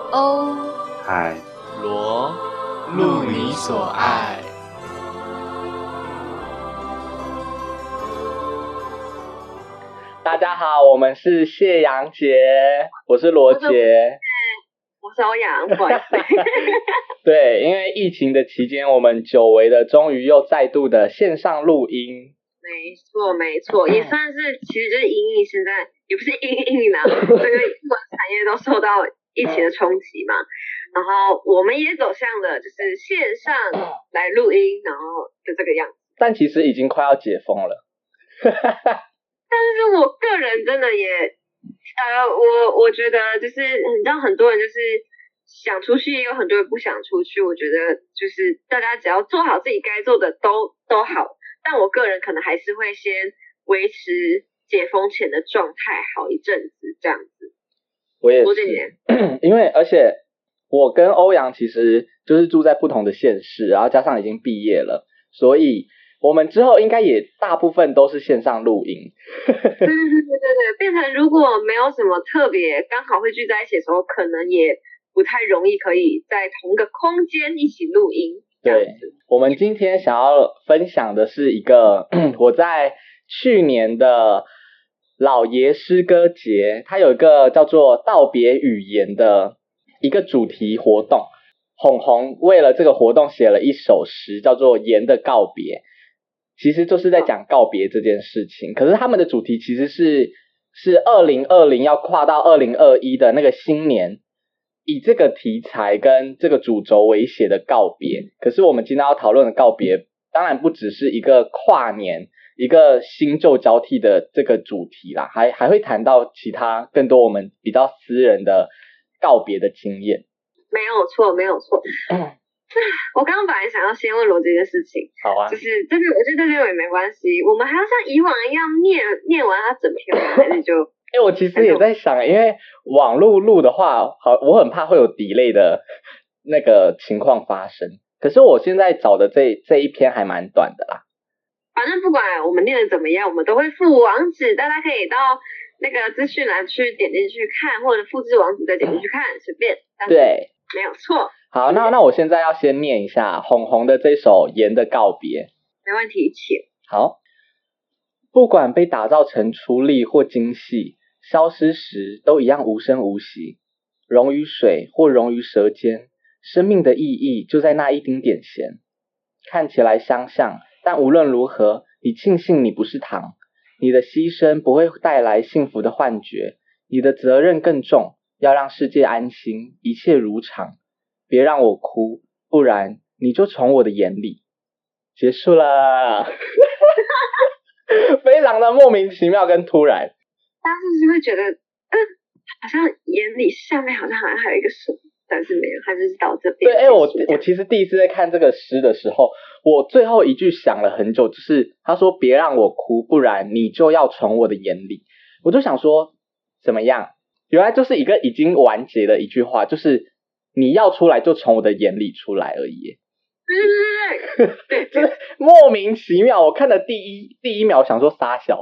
欧海罗路你所爱。 大家好，我们是谢阳杰，我是罗杰， 我是欧阳，不好意思。 对，因为疫情的期间，我们久违的终于又再度的线上录音。 没错，也算是，其实就是因应现在，也不是因应啦，整个艺文产业都受到疫情的冲击嘛，然后我们也走向了就是线上来录音，然后就这个样子。 但其实已经快要解封了。 但是我个人真的也，我觉得就是你知道很多人就是想出去，也有很多人不想出去。我觉得就是大家只要做好自己该做的都好。但我个人可能还是会先维持解封前的状态好一阵子这样子。 我也是，因为而且我跟欧阳其实就是住在不同的县市，然后加上已经毕业了，所以我们之后应该也大部分都是线上录音。 对，变成如果没有什么特别刚好会聚在一起的时候，可能也不太容易可以在同个空间一起录音。 对，我们今天想要分享的是一个我在去年的老爷诗歌节，它有一个叫做道别语言的一个主题活动。红红为了这个活动写了一首诗，叫做《言的告别》，其实就是在讲告别这件事情。可是他们的主题其实是2020要跨到2021的那个新年，以这个题材跟这个主轴为写的告别。可是我们今天要讨论的告别，当然不只是一个跨年，一个新旧交替的这个主题啦，还会谈到其他更多我们比较私人的告别的经验。 没有错。我刚刚本来想要先问罗这件事情， 好啊， 就是这个，我觉得这个也没关系，我们还要像以往一样念完它整篇吗？还是就？ 我其实也在想，因为网路录的话，我很怕会有 delay 的那个情况发生。可是我现在找的这一篇还蛮短的啦。 反正不管我们念的怎么样，我们都会附网址，大家可以到那个资讯栏去点进去看，或者复制网址再点进去看，随便。 对， 没有错。 好，那我现在要先念一下红红的这首《言的告别》。 没问题，请。 好，不管被打造成出力或精细，消失时都一样无声无息，溶于水或溶于舌尖，生命的意义就在那一丁点咸。看起来相像，但无论如何，你庆幸你不是糖，你的牺牲不会带来幸福的幻觉，你的责任更重，要让世界安心，一切如常。别让我哭，不然你就从我的眼里。结束了。非常的莫名其妙跟突然。 大家是不是会觉得好像眼里下面好像还有一个什么，但是没有，它就是到这边。 对，我其实第一次在看这个诗的时候，我最后一句想了很久，就是他说别让我哭，不然你就要从我的眼里。我就想说怎么样，原来就是一个已经完结的一句话，就是你要出来就从我的眼里出来而已。对，就是莫名其妙。我看的第一秒想说傻小。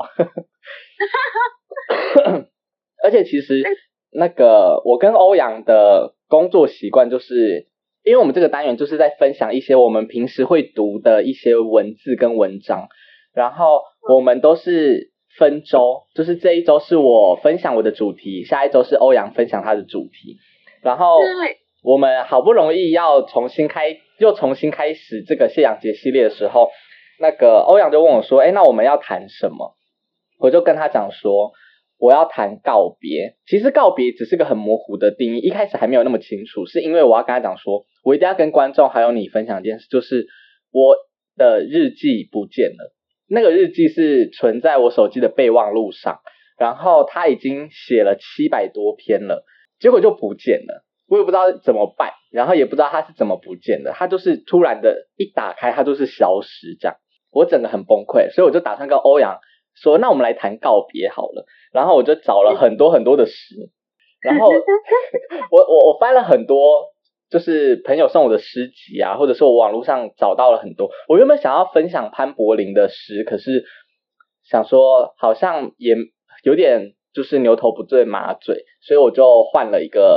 而且其实那个我跟欧阳的工作习惯，就是因为我们这个单元就是在分享一些我们平时会读的一些文字跟文章，然后我们都是分周，就是这一周是我分享我的主题，下一周是欧阳分享他的主题，然后我们好不容易要重新开始这个谢阳节系列的时候，那个欧阳就问我说那我们要谈什么？我就跟他讲说我要谈告别。其实告别只是个很模糊的定义，一开始还没有那么清楚，是因为我要跟他讲说我一定要跟观众还有你分享一件事，就是我的日记不见了。那个日记是存在我手机的备忘录上，然后他已经写了700多篇了，结果就不见了。我也不知道怎么办，然后也不知道他是怎么不见的，他就是突然的一打开他就是消失这样，我整个很崩溃，所以我就打算跟欧阳说那我们来谈告别好了。然后我就找了很多很多的诗，然后我翻了很多就是朋友送我的诗集啊，或者是我网络上找到了很多。我原本想要分享潘柏林的诗，可是想说好像也有点就是牛头不对马嘴，所以我就换了一个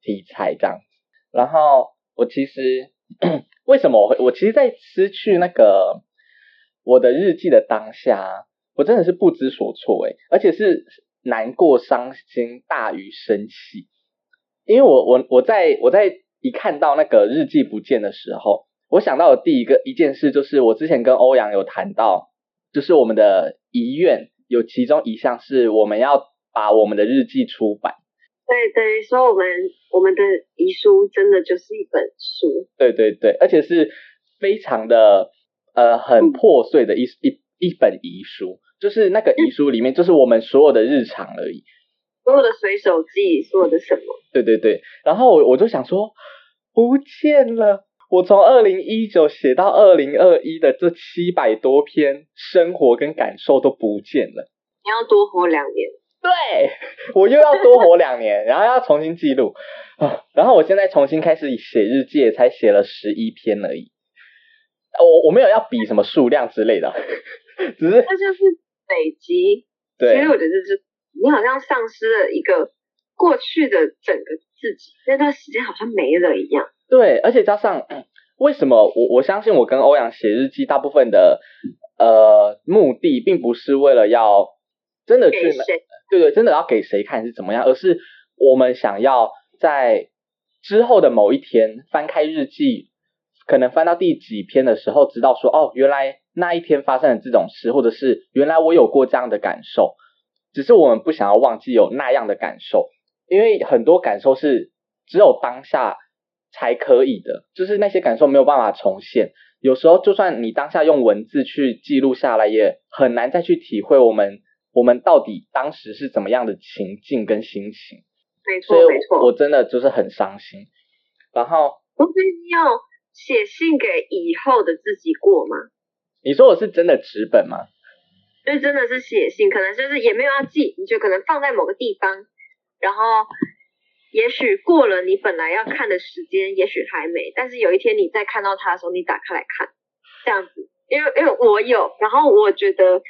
题材这样。然后我其实为什么我其实在失去那个我的日记的当下，我真的是不知所措而且是难过伤心大于生气。因为我在一看到那个日记不见的时候，我想到的第一件事就是我之前跟欧阳有谈到，就是我们的遗愿有其中一项是我们要把我们的日记出版。 对，等于说我们的遗书真的就是一本书。 对对对，而且是非常的很破碎的一本遗书，就是那个遗书里面就是我们所有的日常而已。 所有的随手记，所有的什么？ 对对对，然后我就想说，不见了！我从2019写到2021的这700多篇生活跟感受都不见了。 你要多活2年。 对，我又要多活2年，然后要重新记录然后我现在重新开始写日记，也才写了11篇而已。我没有要比什么数量之类的，只是那就是累积。 对， 其实我觉得就是你好像丧失了一个过去的整个自己，那段时间好像没了一样。 对，而且加上为什么我相信我跟欧阳写日记大部分的目的并不是为了要真的去对真的要给谁看是怎么样，而是我们想要在之后的某一天翻开日记，可能翻到第几篇的时候知道说原来那一天发生了这种事，或者是原来我有过这样的感受，只是我们不想要忘记有那样的感受。因为很多感受是只有当下才可以的，就是那些感受没有办法重现，有时候就算你当下用文字去记录下来，也很难再去体会我们到底当时是怎么样的情境跟心情。 没错没错， 我真的就是很伤心。然后不是要写信给以后的自己过吗？ 你说我是真的纸本吗？ 就真的是写信，可能就是也没有要寄，你就可能放在某个地方，然后也许过了你本来要看的时间，也许还没，但是有一天你再看到它的时候，你打开来看，这样子。因为我有，然后我觉得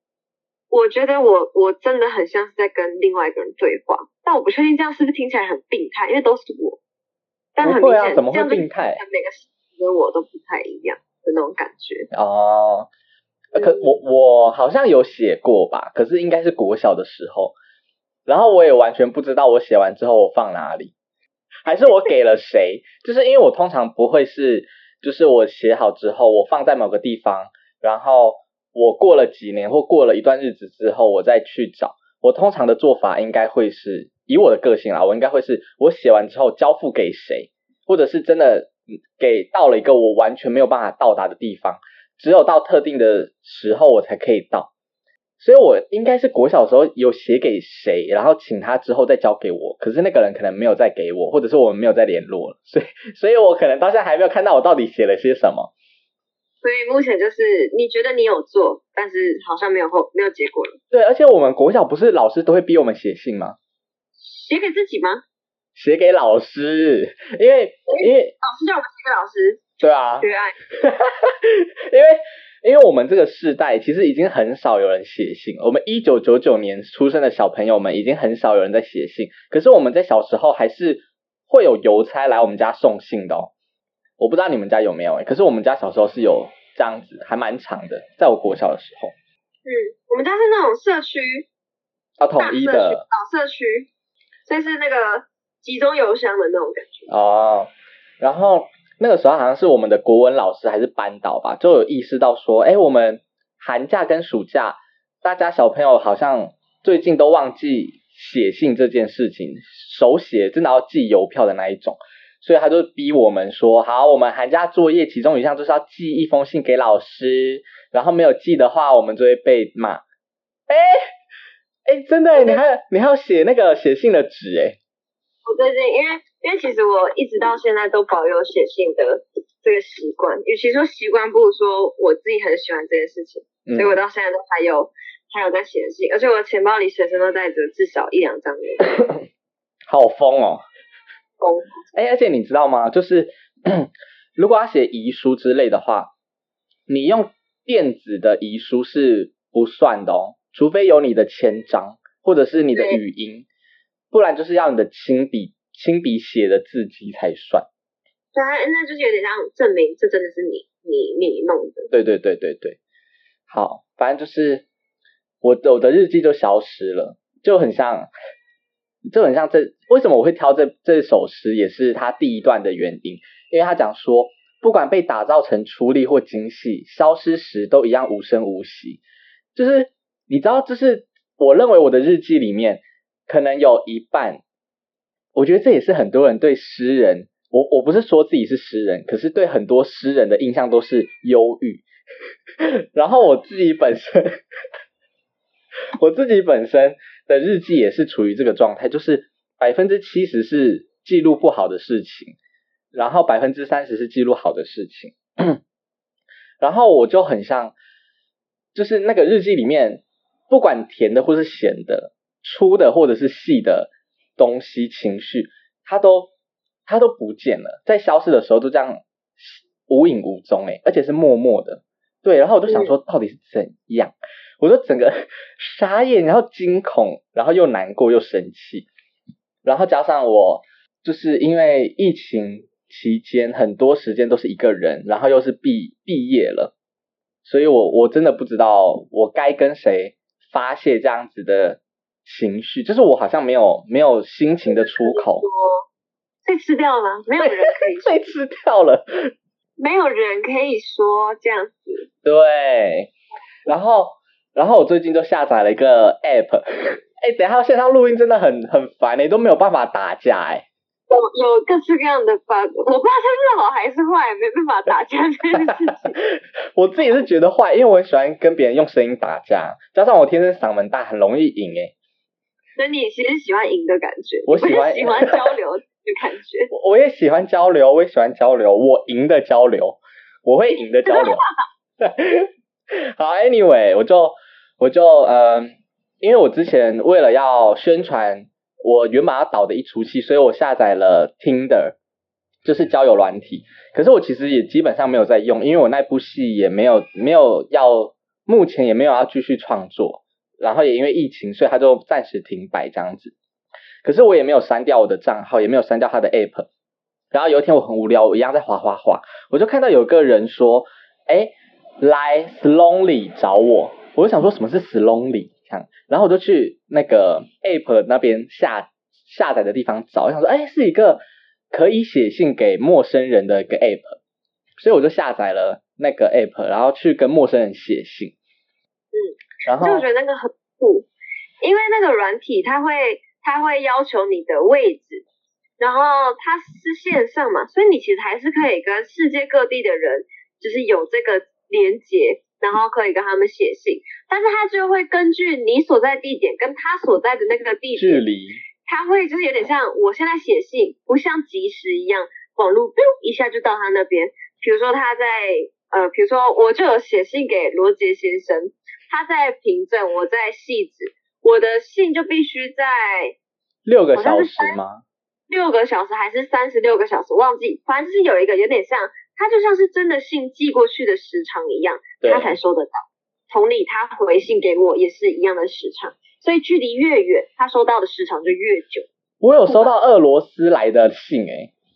我真的很像是在跟另外一个人对话，但我不确定这样是不是听起来很病态，因为都是我，但很明显怎么会病态？ 每个时的我都不太一样的那种感觉。 可我好像有写过吧，可是应该是国小的时候，然后我也完全不知道我写完之后我放哪里，还是我给了谁就是因为我通常不会是就是我写好之后我放在某个地方，然后我过了几年或过了一段日子之后我再去找。我通常的做法应该会是以我的个性啦，我应该会是我写完之后交付给谁，或者是真的给到了一个我完全没有办法到达的地方，只有到特定的时候我才可以到。所以我应该是国小的时候有写给谁，然后请他之后再交给我，可是那个人可能没有再给我，或者是我们没有再联络了，所以我可能到现在还没有看到我到底写了些什么。 所以目前就是你觉得你有做，但是好像没有结果了。 对，而且我们国小不是老师都会逼我们写信吗？ 写给自己吗？ 写给老师，因为老师叫我们写给老师。 对啊， 缺爱。 因为我们这个世代其实已经很少有人写信，我们1999年出生的小朋友们已经很少有人在写信，可是我们在小时候还是会有邮差来我们家送信的我不知道你们家有没有可是我们家小时候是有这样子，还蛮长的，在我国小的时候。 我们家是那种社区统一的老社区，所以是那个集中邮箱的那种感觉然后那个时候好像是我们的国文老师还是班导吧，就有意识到说我们寒假跟暑假大家小朋友好像最近都忘记写信这件事情，手写真的要寄邮票的那一种，所以他就逼我们说好，我们寒假作业其中有一项就是要寄一封信给老师，然后没有寄的话我们就会被骂。真的你还要写那个写信的纸我最近因为其实我一直到现在都保有写信的这个习惯，与其说习惯不如说我自己很喜欢这件事情，所以我到现在都还有在写信，而且我的钱包里随身都带着至少1-2张邮。 好疯而且你知道吗，就是如果要写遗书之类的话，你用电子的遗书是不算的除非有你的签章或者是你的语音，不然就是要你的亲笔亲笔写的字迹才算。 对啊，那就是有点像证明这真的是你弄的。 对对对对对，好，反正就是我的日记就消失了，就很像为什么我会挑这首诗，也是它第一段的原因，因为他讲说，不管被打造成出力或精细，消失时都一样无声无息。就是你知道，就是我认为我的日记里面可能有一半，我觉得这也是很多人对诗人，我不是说自己是诗人，可是对很多诗人的印象都是忧郁。然后我自己本身的日记也是处于这个状态，就是70%是记录不好的事情，然后30%是记录好的事情。然后我就很像，就是那个日记里面，不管甜的或是咸的，粗的或者是细的东西情绪，它都不见了，在消失的时候都这样无影无踪，而且是默默的。对，然后我就想说到底是怎样，我就整个傻眼，然后惊恐，然后又难过又生气，然后加上我就是因为疫情期间很多时间都是一个人，然后又是毕业了，所以我真的不知道我该跟谁发泄这样子的情绪，就是我好像没有心情的出口。 被吃掉了吗？没有人可以被吃掉了。 没有人可以说这样子。 对，然后我最近就下载了一个 app， 等一下线上录音真的很烦，都没有办法打架有各式各样的 bug， 我不知道它是好还是坏，没办法打架这件事情。 我自己是觉得坏，因为我很喜欢跟别人用声音打架，加上我天生嗓门大，很容易赢所以你其实喜欢赢的感觉， 我喜欢交流的感觉。 我也喜欢交流，我赢的交流，我会赢的交流。好 ，anyway， 我就因为我之前为了要宣传我原本要导的一出戏，所以我下载了 Tinder， 就是交友软体。可是我其实也基本上没有在用，因为我那部戏也没有目前也没有要继续创作，然后也因为疫情，所以它就暂时停摆这样子。可是我也没有删掉我的账号，也没有删掉他的 app。然后有一天我很无聊，我一样在滑，我就看到有个人说，来 Slowly 找我，我就想说什么是 Slowly 这样，然后我就去那个 app 那边下载的地方找，我想说是一个可以写信给陌生人的一个 app， 所以我就下载了那个 app， 然后去跟陌生人写信。然后就我觉得那个很酷，因为那个软体它会要求你的位置，然后它是线上嘛，所以你其实还是可以跟世界各地的人就是有这个连结，然后可以跟他们写信，但是它就会根据你所在地点跟他所在的那个地点距离， 它会就是有点像我现在写信不像即时一样网络一下就到他那边，比如说他在比如说我就有写信给罗杰先生，他在平镇，我在汐止，我的信就必须在 6个小时吗 ？6个小时还是36个小时，忘记，反正就是有一个有点像，它就像是真的信寄过去的时长一样，他才收得到。同理，他回信给我也是一样的时长，所以距离越远，他收到的时长就越久。 我有收到俄罗斯来的信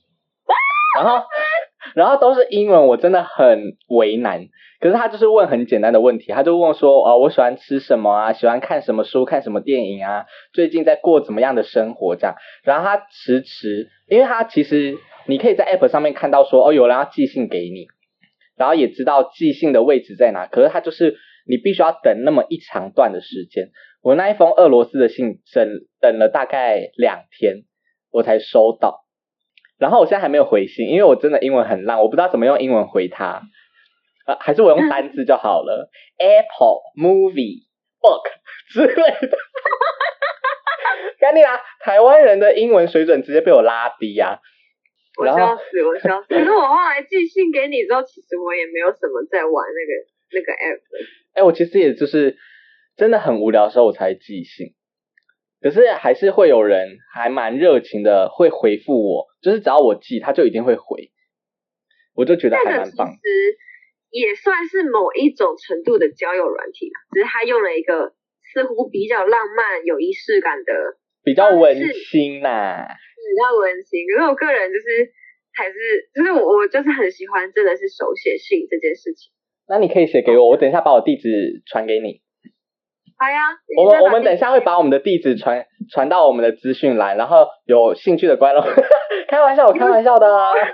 然后都是英文，我真的很为难。可是他就是问很简单的问题，他就问说我喜欢吃什么啊，喜欢看什么书，看什么电影啊，最近在过怎么样的生活这样。然后他迟，因为他其实你可以在 app 上面看到说有人要寄信给你，然后也知道寄信的位置在哪，可是他就是你必须要等那么一长段的时间。我那一封俄罗斯的信等了大概2天我才收到，然后我现在还没有回信，因为我真的英文很烂，我不知道怎么用英文回他，还是我用单字就好了，Apple Movie Book 之类的。赶紧啦，台湾人的英文水准直接被我拉低啊！ 我笑死！可是我后来寄信给你之后，其实我也没有什么在玩那个 app。 我其实也就是真的很无聊的时候我才寄信，可是还是会有人还蛮热情的会回复我，就是只要我寄他就一定会回，我就觉得还蛮棒。 其实也算是某一种程度的交友软体，只是他用了一个似乎比较浪漫有仪式感的， 比较温馨较温馨。可是我个人就是还是就是我就是很喜欢真的是手写信这件事情。 那你可以写给我，我等一下把我地址传给你。 好呀， 我们等一下会把我们的地址传到我们的资讯栏，然后有兴趣的观众，开玩笑，我开玩笑的啊。讲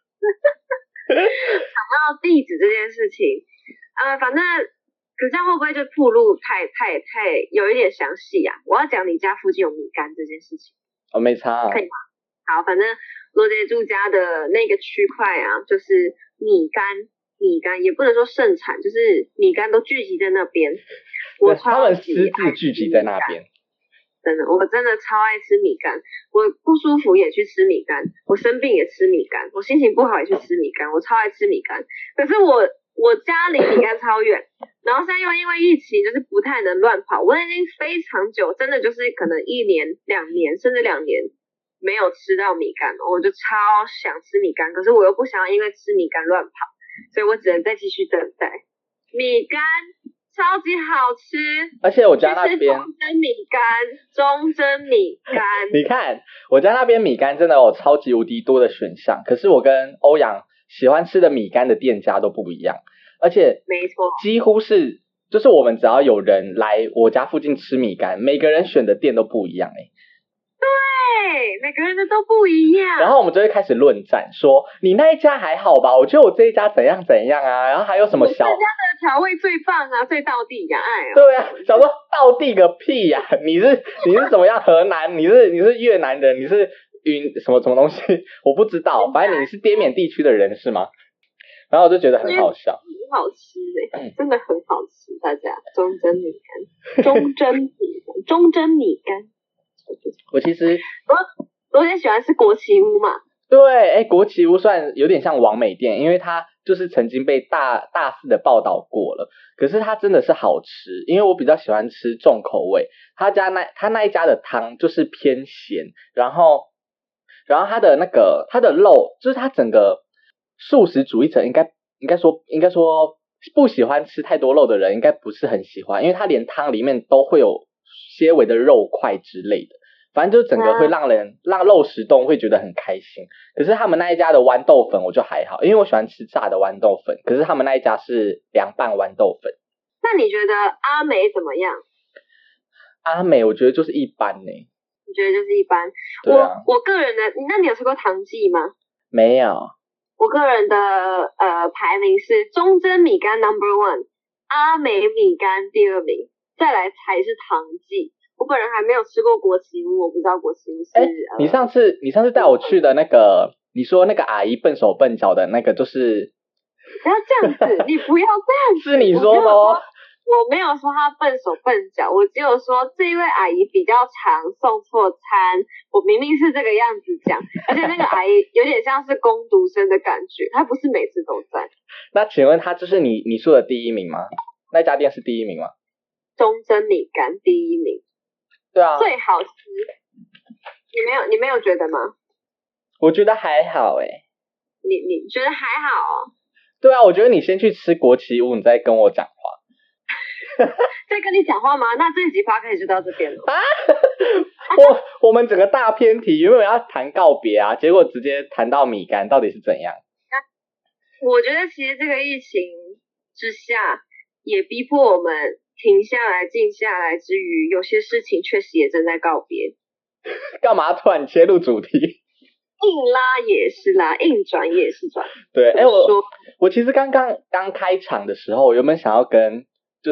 到地址这件事情，反正可这样会不会就铺路太有一点详细啊？我要讲你家附近有米干这件事情。 没差啊。 可以吗？好，反正罗杰住家的那个区块啊，就是米干也不能说盛产，就是米干都聚集在那边。 他们私自聚集在那边。 真的，我真的超爱吃米干。我不舒服也去吃米干，我生病也吃米干，我心情不好也去吃米干，我超爱吃米干。可是我家离米干超远，然后现在又因为疫情就是不太能乱跑，我已经非常久，真的就是可能1年、2年甚至2年没有吃到米干了，我就超想吃米干，可是我又不想要因为吃米干乱跑，所以我只能再继续等待。米干超级好吃， 而且我家那边中蒸米干， 你看我家那边米干真的有超级无敌多的选项，可是我跟欧阳喜欢吃的米干的店家都不一样，而且没错， 几乎是就是我们只要有人来我家附近吃米干，每个人选的店都不一样对，每个人的都不一样。 然后我们就会开始论战，说你那一家还好吧？我觉得我这一家怎样怎样啊？然后还有什么小？ 我这家的调味最棒啊，最道地呀！哎呀， 对啊，想说道地个屁呀、你是怎么样？河南？你是越南人？你是什么东西？我不知道，反正你是滇缅地区的人是吗？然后我就觉得很好笑， 很好吃真的很好吃。大家中蒸米干，中蒸米干。 我其实我也喜欢吃国旗屋嘛。 对，国旗屋算有点像网美店，因为它就是曾经被大肆的报道过了。可是它真的是好吃，因为我比较喜欢吃重口味。他那一家的汤就是偏咸，然后它的肉，就是它整个素食主义者应该说不喜欢吃太多肉的人应该不是很喜欢，因为它连汤里面都会有些微的肉块之类的。反正就整个会让肉食动物会觉得很开心。可是他们那一家的豌豆粉我就还好，因为我喜欢吃炸的豌豆粉，可是他们那一家是凉拌豌豆粉。 那你觉得阿美怎么样？ 阿美我觉得就是一般呢。 你觉得就是一般？ 对啊， 我个人的，那你有吃过唐记吗？ 没有。 我个人的排名是中蒸米干 No.1， 阿美米干第2名，再来才是唐记。我本人还没有吃过国旗屋，我不知道国旗屋是。 你上次带我去的那个，你说那个阿姨笨手笨脚的那个，就是不要这样子，你不要这样子。 是你说的哦。 我没有说她笨手笨脚，我只有说这一位阿姨比较常送错餐，我明明是这个样子讲，而且那个阿姨有点像是工读生的感觉，她不是每次都在。 那请问她就是你说的第1名吗？那家店是第1名吗？ 中蒸米干第1名。 对啊， 最好吃。你没有觉得吗？我觉得还好你觉得还好哦？ 对啊，我觉得你先去吃国旗屋，你再跟我讲话。 在跟你讲话吗？那这集podcast就到这边了。 我们整个大偏题，原本要谈告别啊，结果直接谈到米干，到底是怎样？ 我觉得其实这个疫情之下，也逼迫我们停下来、静下来之余，有些事情确实也正在告别。 干嘛突然切入主题？ 硬拉也是拉，硬转也是转。 对，我其实刚开场的时候，我原本想要跟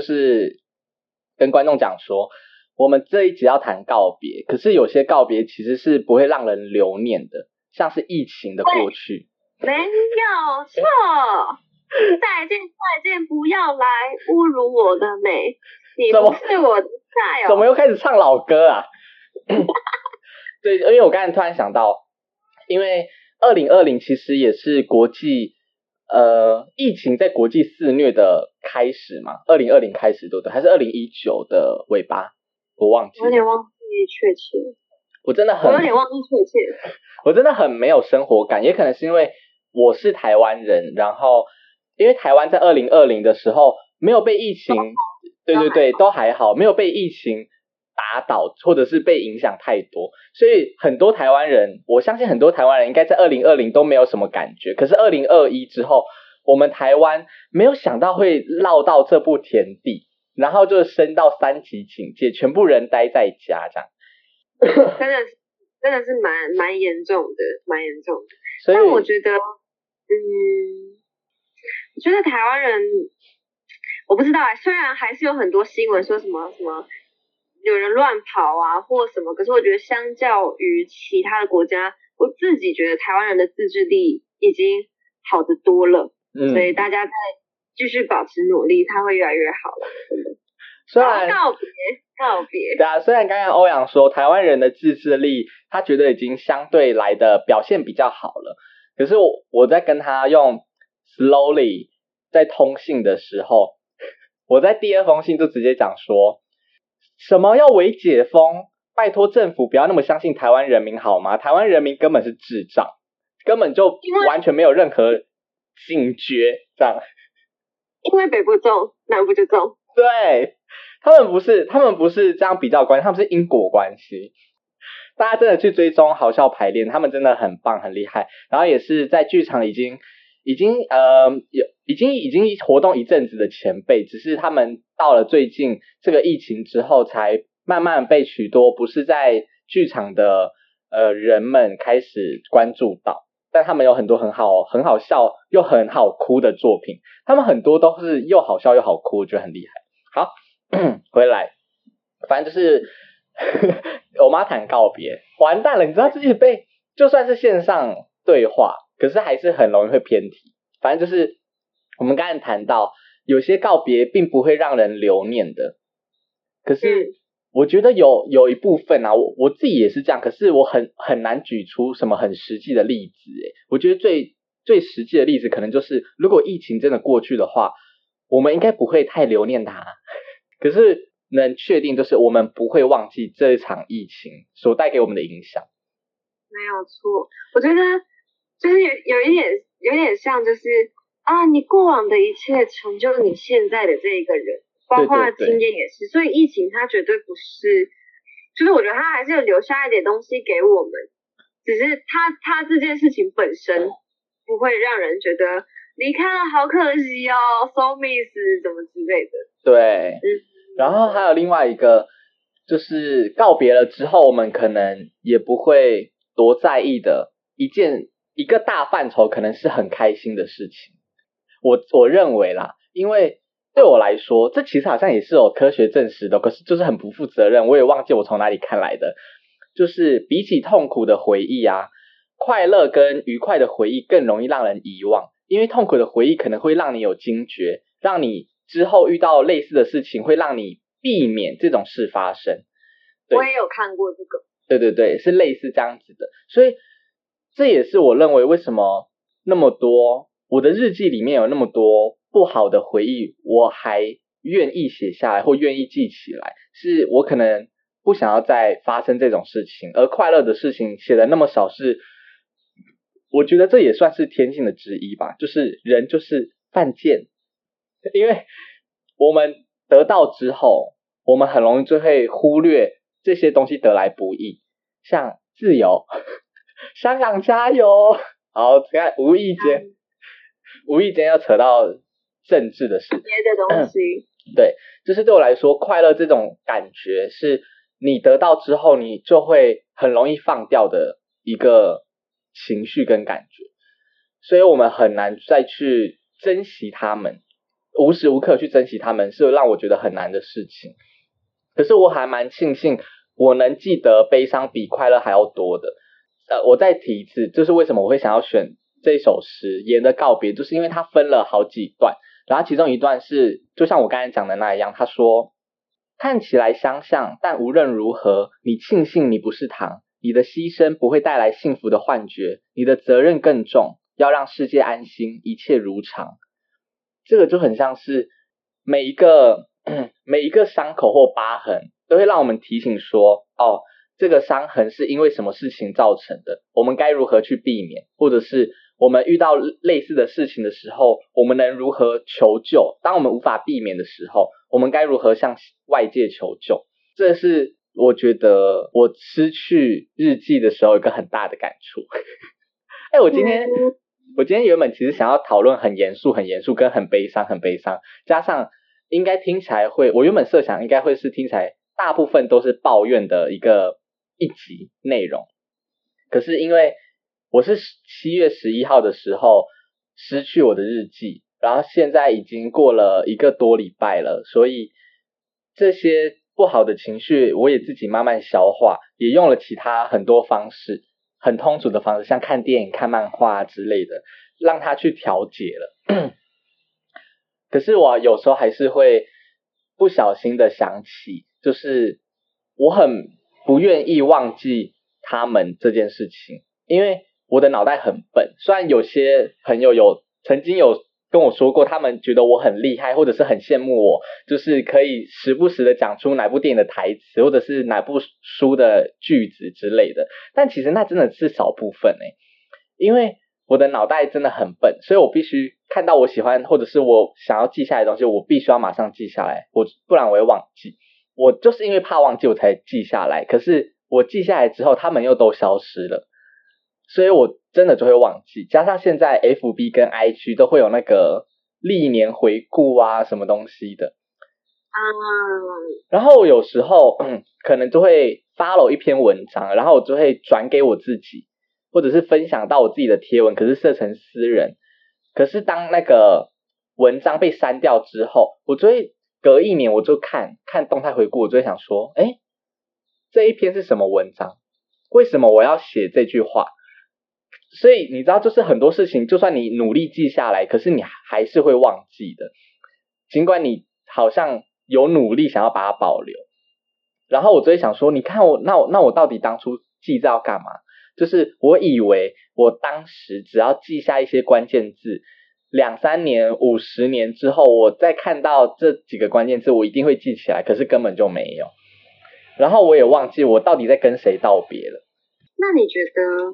观众讲说，我们这一集要谈告别，可是有些告别其实是不会让人留念的，像是疫情的过去。 没有错。再见，不要来侮辱我的美，你不是我的菜哦。 怎么又开始唱老歌啊？对，因为我刚才突然想到，因为2020其实也是国际疫情在国际肆虐的开始嘛，2020开始对不对？还是2019的尾巴？我忘记了， 我有点忘记确切。 我有点忘记确切。 我真的很没有生活感，也可能是因为我是台湾人，然后因为台湾在2020的时候没有被疫情，对，都还好，没有被疫情打倒或者是被影响太多，所以很多台湾人，我相信很多台湾人应该在2020都没有什么感觉，可是2021之后，我们台湾没有想到会落到这步田地，然后就升到3级警戒，全部人待在家这样。 真的是蛮严重的，蛮严重的。 所以但我觉得，我觉得台湾人，我不知道虽然还是有很多新闻说什么有人乱跑啊或什么，可是我觉得相较于其他的国家，我自己觉得台湾人的自制力已经好得多了。所以大家再继续保持努力，它会越来越好了，真的。 虽然告别。 对啊，虽然刚刚欧阳说台湾人的自制力，他觉得已经相对来的表现比较好了，可是我在跟他用 slowly 在通信的时候，我在第2封信就直接讲说，什么要微解封，拜托政府不要那么相信台湾人民好吗？台湾人民根本是智障，根本就完全没有任何警觉，这样。 因为北部重，南部就重。 对，他们不是这样比较关系，他们是因果关系。大家真的去追踪好笑排练，他们真的很棒很厉害，然后也是在剧场已经活动一阵子的前辈，只是他们到了最近这个疫情之后，才慢慢被许多不是在剧场的人们开始关注到。但他们有很多很好笑又很好哭的作品，他们很多都是又好笑又好哭，我觉得很厉害。好，回来，反正就是我妈谈告别，完蛋了，你知道自己就算是线上对话，可是还是很容易会偏题。反正就是我们刚才谈到，有些告别并不会让人留念的，可是我觉得有一部分啊，我自己也是这样，可是我很难举出什么很实际的例子。我觉得最实际的例子可能就是，如果疫情真的过去的话，我们应该不会太留念它。可是能确定就是我们不会忘记这一场疫情所带给我们的影响。 没有错，我觉得就是有一点像，就是你过往的一切成就你现在的这一个人。包括经验也是，所以疫情它绝对不是，就是我觉得它还是有留下一点东西给我们，只是它这件事情本身不会让人觉得离开了好可惜哦 ，so miss 怎么之类的。 对，然后还有另外一个，就是告别了之后，我们可能也不会多在意的一个大范畴，可能是很开心的事情。我认为啦，因为对我来说，这其实好像也是有科学证实的，可是就是很不负责任，我也忘记我从哪里看来的。就是比起痛苦的回忆啊，快乐跟愉快的回忆更容易让人遗忘，因为痛苦的回忆可能会让你有惊觉，让你之后遇到类似的事情，会让你避免这种事发生。 我也有看过这个。 对对对，是类似这样子的，所以这也是我认为为什么那么多我的日记里面有那么多不好的回忆，我还愿意写下来或愿意记起来，是我可能不想要再发生这种事情，而快乐的事情写的那么少，是我觉得这也算是天性的之一吧，就是人就是犯贱，因为我们得到之后，我们很容易就会忽略这些东西得来不易，像自由，香港加油！好，看无意间要扯到政治的事，别的东西。 对，就是对我来说，快乐这种感觉是你得到之后，你就会很容易放掉的一个情绪跟感觉，所以我们很难再去珍惜它们，无时无刻去珍惜它们，是让我觉得很难的事情。可是我还蛮庆幸，我能记得悲伤比快乐还要多的。我再提一次，就是为什么我会想要选这首诗《盐的告别》，就是因为它分了好几段，然后其中一段是就像我刚才讲的那样，他说看起来相像，但无论如何你庆幸你不是糖，你的牺牲不会带来幸福的幻觉，你的责任更重，要让世界安心，一切如常。这个就很像是每一个伤口或疤痕都会让我们提醒说，这个伤痕是因为什么事情造成的，我们该如何去避免，或者是我们遇到类似的事情的时候，我们能如何求救，当我们无法避免的时候，我们该如何向外界求救。这是我觉得我失去日记的时候有一个很大的感触。我今天原本其实想要讨论很严肃跟很悲伤，加上应该听起来会，我原本设想应该会是听起来大部分都是抱怨的一集内容。可是因为我是7月11号的时候失去我的日记，然后现在已经过了1个多礼拜了，所以这些不好的情绪我也自己慢慢消化，也用了其他很多方式，很通俗的方式，像看电影、看漫画之类的，让它去调节了。可是我有时候还是会不小心的想起，就是我很不愿意忘记他们这件事情，因为我的脑袋很笨。虽然有些朋友曾经有跟我说过，他们觉得我很厉害，或者是很羡慕我，就是可以时不时的讲出哪部电影的台词，或者是哪部书的句子之类的。但其实那真的是少部分因为我的脑袋真的很笨，所以我必须看到我喜欢或者是我想要记下来的东西，我必须要马上记下来，不然我会忘记。我就是因为怕忘记我才记下来，可是我记下来之后他们又都消失了，所以我真的就会忘记。加上现在 FB 跟 IG 都会有那个历年回顾啊什么东西的然后我有时候可能就会 follow 一篇文章，然后我就会转给我自己，或者是分享到我自己的贴文，可是设成私人。可是当那个文章被删掉之后，我就会隔1年我就看动态回顾，我就会想说这一篇是什么文章，为什么我要写这句话。所以你知道，就是很多事情就算你努力记下来，可是你还是会忘记的，尽管你好像有努力想要把它保留。然后我就会想说，你看那我到底当初记这要干嘛？就是我以为我当时只要记下一些关键字，2-3年、50年之后，我再看到这几个关键字，我一定会记起来，可是根本就没有。然后我也忘记我到底在跟谁道别了。 那你觉得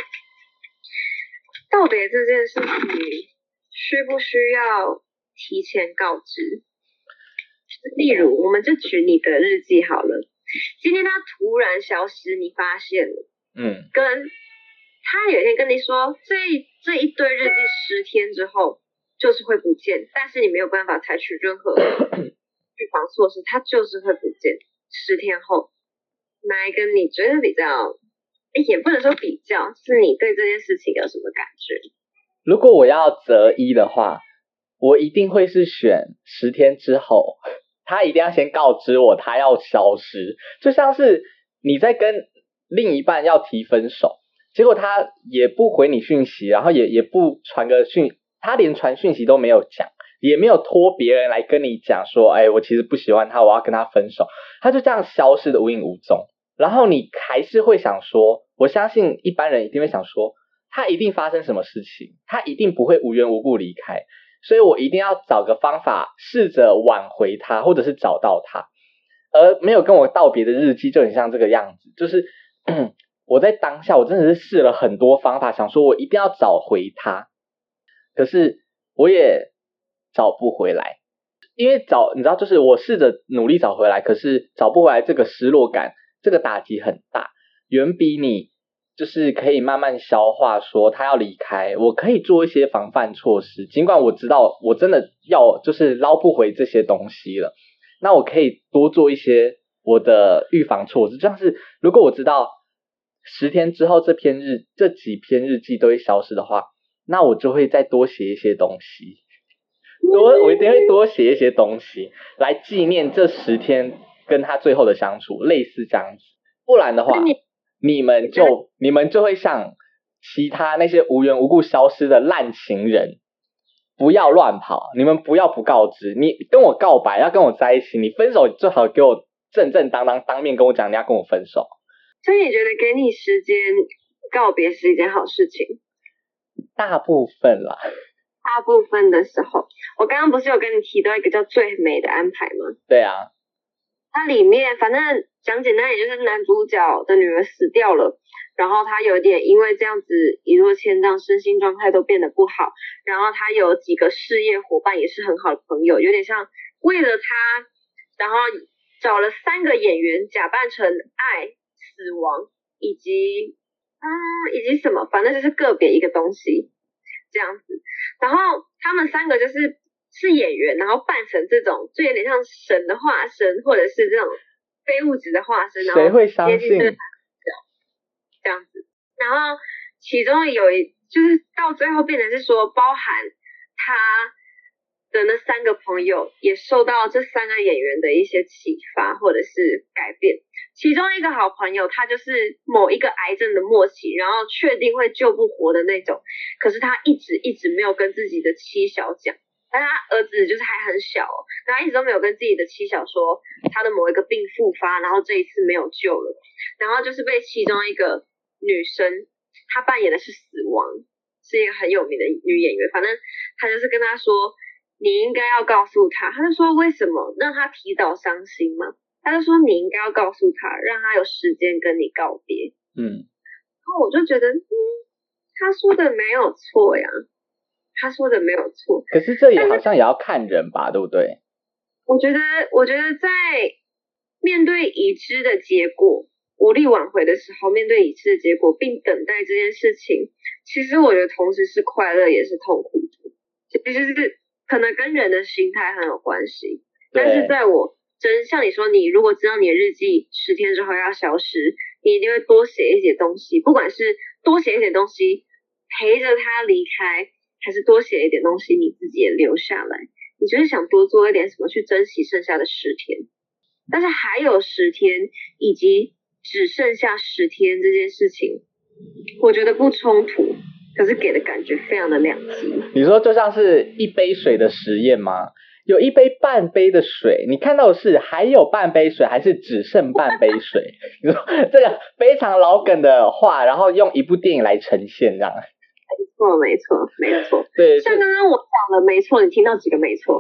道别这件事情需不需要提前告知？例如我们就举你的日记好了，今天它突然消失，你发现了跟他有一天跟你说这一堆日记10天之后就是会不见，但是你没有办法采取任何预防措施，它就是会不见。10天后哪一个你觉得比较也不能说比较，是你对这件事情有什么感觉？ 如果我要择一的话，我一定会是选10天之后，他一定要先告知我他要消失。就像是你在跟另一半要提分手，结果他也不回你讯息，然后也不传个他连传讯息都没有讲，也没有托别人来跟你讲说我其实不喜欢他，我要跟他分手，他就这样消失的无影无踪。然后你还是会想说，我相信一般人一定会想说，他一定发生什么事情，他一定不会无缘无故离开，所以我一定要找个方法试着挽回他，或者是找到他。而没有跟我道别的日记就很像这个样子，就是我在当下我真的是试了很多方法，想说我一定要找回他，可是我也找不回来。因为你知道，就是我试着努力找回来，可是找不回来，这个失落感，这个打击很大，远比你就是可以慢慢消化说他要离开，我可以做一些防范措施。尽管我知道我真的就是捞不回这些东西了，那我可以多做一些我的预防措施。就像是如果我知道10天之后这几篇日记都会消失的话，那我就会再多写一些东西，我一定会多写一些东西来纪念这10天跟他最后的相处，类似这样子。不然的话，你们就会像其他那些无缘无故消失的烂情人，不要乱跑，你们不要不告知。你跟我告白要跟我在一起，你分手最好给我正正当当当面跟我讲你要跟我分手。 所以你觉得给你时间告别是一件好事情？ 大部分啦。 大部分的时候，我刚刚不是有跟你提到一个叫最美的安排吗？ 对啊。 它里面反正讲简单也就是男主角的女儿死掉了，然后他有点因为这样子一落千丈，身心状态都变得不好，然后他有几个事业伙伴也是很好的朋友，有点像为了他，然后找了3个演员假扮成爱、死亡以及什么，反正就是个别一个东西这样子。然后他们3个是演员，然后扮成这种就有点像神的化身，或者是这种非物质的化身，然后谁会相信这样子？然后其中就是到最后变成是说，包含他的那3个朋友也受到这3个演员的一些启发或者是改变。其中一个好朋友，他就是某一个癌症的末期，然后确定会救不活的那种，可是他一直没有跟自己的妻小讲，但他儿子就是还很小，然后一直都没有跟自己的妻小说他的某一个病复发，然后这一次没有救了，然后就是被其中一个女生，她扮演的是死亡，是一个很有名的女演员，反正她就是跟他说，你应该要告诉他，他就说为什么让他提早伤心吗？他就说你应该要告诉他，让他有时间跟你告别。然后我就觉得，他说的没有错呀，他说的没有错。 可是这也好像也要看人吧，对不对？ 我觉得在面对已知的结果无力挽回的时候，面对已知的结果并等待这件事情，其实我觉得同时是快乐也是痛苦的，其实是可能跟人的心态很有关系。但是在我像你说，你如果知道你的日记10天之后要消失，你一定会多写一些东西，不管是多写一点东西陪着他离开，还是多写一点东西你自己也留下来，你就是想多做一点什么去珍惜剩下的10天。但是还有10天以及只剩下10天这件事情，我觉得不冲突，可是给的感觉非常的两极。 你说就像是一杯水的实验吗？有一杯半杯的水，你看到的是还有半杯水还是只剩半杯水？你说这个非常老梗的话，然后用一部电影来呈现这样。 没错。 对， 像刚刚我讲的没错，你听到几个没错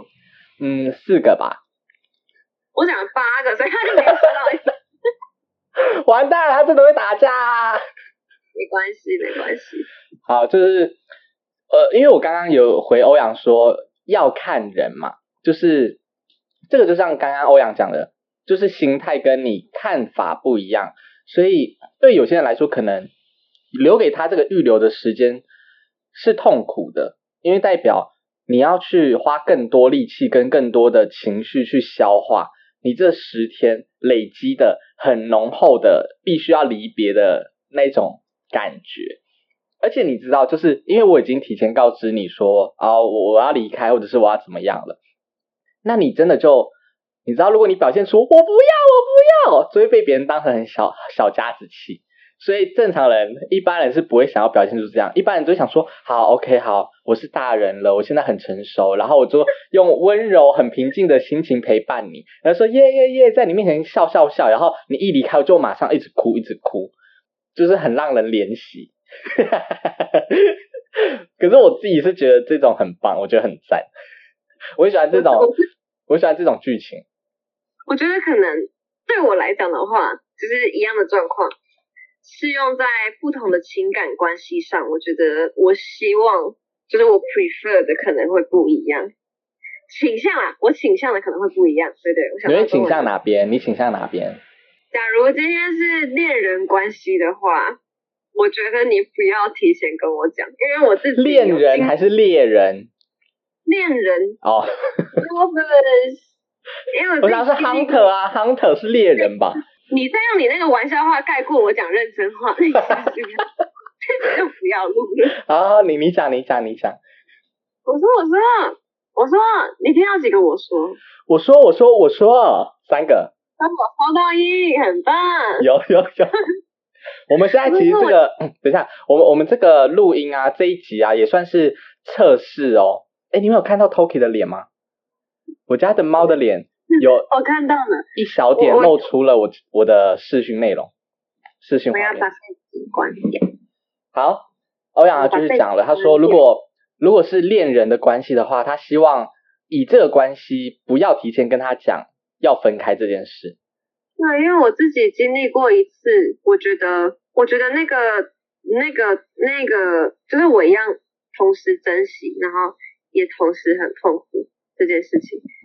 ？4个吧。 我讲了8个，所以他就没听到。 完蛋了，他真的会打架啊！ 没关系。 好，就是因为我刚刚有回欧阳说要看人嘛，就是这个就像刚刚欧阳讲的，就是心态跟你看法不一样，所以对有些人来说，可能留给他这个预留的时间是痛苦的，因为代表你要去花更多力气跟更多的情绪去消化你这10天累积的很浓厚的必须要离别的那种感觉。而且你知道，就是因为我已经提前告知你说我要离开或者是我要怎么样了，那你真的就你知道，如果你表现出我不要，就会被别人当成很小家子气。所以正常人一般人是不会想要表现出这样，一般人就会想说好 OK 好，我是大人了，我现在很成熟，然后我就用温柔很平静的心情陪伴你，然后说耶，在你面前笑，然后你一离开我就马上一直哭，就是很让人怜惜。可是我自己是觉得这种很棒，我觉得很赞，我喜欢这种剧情。 我觉得可能对我来讲的话，就是一样的状况，适用在不同的情感关系上，我觉得我希望就是我 prefer 的可能会不一样，我倾向的可能会不一样，对，我想你会倾向哪边？你倾向哪边？ 假如今天是恋人关系的话，我觉得你不要提前跟我讲，因为我自己恋人还是猎人？ 恋人哦， 因为我想是 hunter 啊，hunter 是猎人吧？ 你再用你那个玩笑话盖过我讲认真话，就不要录了。 好，你讲。 我说，你听到几个？我说 3个。 帮我收到1，很棒。 有。我们现在其实这个，等一下，我们这个录音啊，这一集啊，也算是测试哦。你们有看到 Toki 的脸吗？我家的猫的脸有， 我看到了， 一小点露出了我的视讯内容，视讯画面。 我要把背景关掉。 好，欧阳就是讲了，他说如果是恋人的关系的话，他希望以这个关系不要提前跟他讲要分开这件事。 对，因为我自己经历过一次，我觉得那个就是我一样同时珍惜，然后也同时很痛苦这件事情。